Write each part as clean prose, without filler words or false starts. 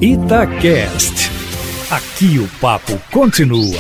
Itacast. Aqui o papo continua.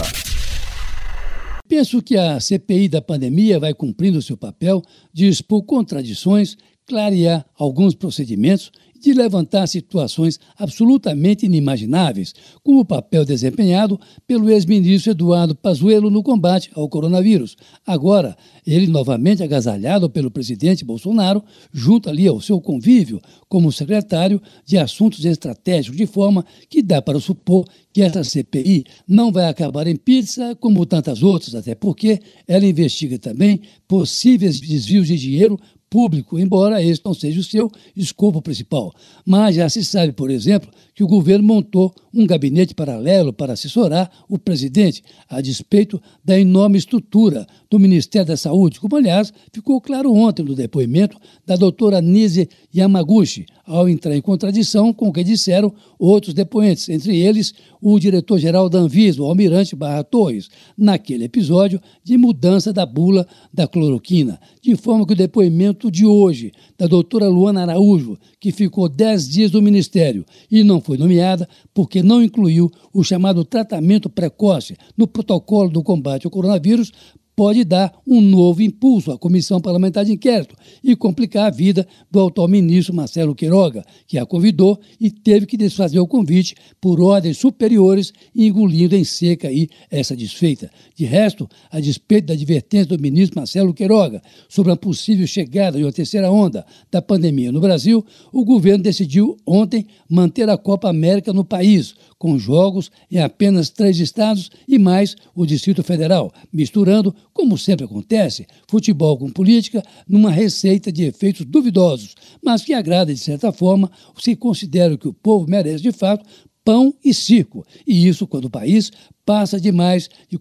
Penso que a CPI da pandemia vai cumprindo seu papel de expor contradições, clarear alguns procedimentos e de levantar situações absolutamente inimagináveis, como o papel desempenhado pelo ex-ministro Eduardo Pazuello no combate ao coronavírus. Agora, ele novamente agasalhado pelo presidente Bolsonaro, junto ali ao seu convívio como secretário de Assuntos Estratégicos, de forma que dá para supor que essa CPI não vai acabar em pizza como tantas outras, até porque ela investiga também possíveis desvios de dinheiro público, embora esse não seja o seu escopo principal. Mas já se sabe, por exemplo, que o governo montou um gabinete paralelo para assessorar o presidente, a despeito da enorme estrutura do Ministério da Saúde, como, aliás, ficou claro ontem no depoimento da doutora Nise Yamaguchi, ao entrar em contradição com o que disseram outros depoentes, entre eles o diretor-geral da Anvisa, o almirante Barra Torres, naquele episódio de mudança da bula da cloroquina, de forma que o depoimento de hoje da doutora Luana Araújo, que ficou 10 dias no Ministério e não foi nomeada porque não incluiu o chamado tratamento precoce no protocolo do combate ao coronavírus, pode dar um novo impulso à Comissão Parlamentar de Inquérito e complicar a vida do atual ministro Marcelo Queiroga, que a convidou e teve que desfazer o convite por ordens superiores, engolindo em seca aí essa desfeita. De resto, a despeito da advertência do ministro Marcelo Queiroga sobre a possível chegada de uma terceira onda da pandemia no Brasil, o governo decidiu ontem manter a Copa América no país, com jogos em apenas 3 estados e mais o Distrito Federal, misturando, como sempre acontece, futebol com política numa receita de efeitos duvidosos, mas que agrada de certa forma, se considera que o povo merece de fato pão e circo, e isso quando o país passa de mais de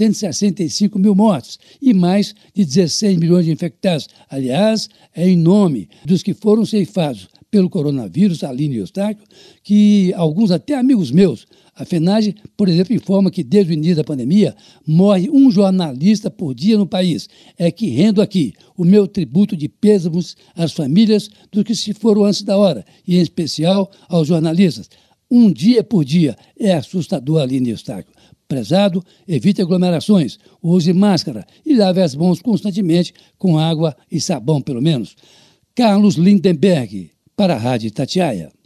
465 mil mortes e mais de 16 milhões de infectados. Aliás, é em nome dos que foram ceifados pelo coronavírus, Aline e Eustáquio, que alguns até amigos meus, a FENAGE, por exemplo, informa que desde o início da pandemia morre um jornalista por dia no país. É que rendo aqui o meu tributo de pêsames às famílias dos que se foram antes da hora, e em especial aos jornalistas. Um dia por dia é assustador, Aline e Eustáquio. Prezado, evite aglomerações, use máscara e lave as mãos constantemente com água e sabão, pelo menos. Carlos Lindenberg, para a Rádio Itatiaia.